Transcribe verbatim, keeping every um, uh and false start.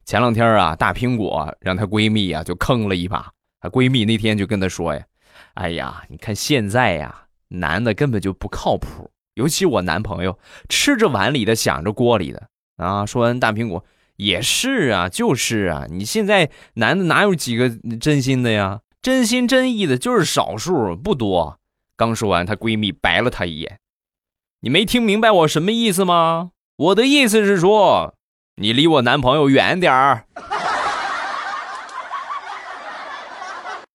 前两天啊，大苹果让她闺蜜啊就坑了一把。她闺蜜那天就跟她说呀：“哎呀，你看现在呀，男的根本就不靠谱，尤其我男朋友，吃着碗里的想着锅里的啊。”说完，大苹果也是啊，就是啊，你现在男的哪有几个真心的呀？真心真意的就是少数，不多。刚说完，她闺蜜白了她一眼：“你没听明白我什么意思吗？我的意思是说，你离我男朋友远点儿。”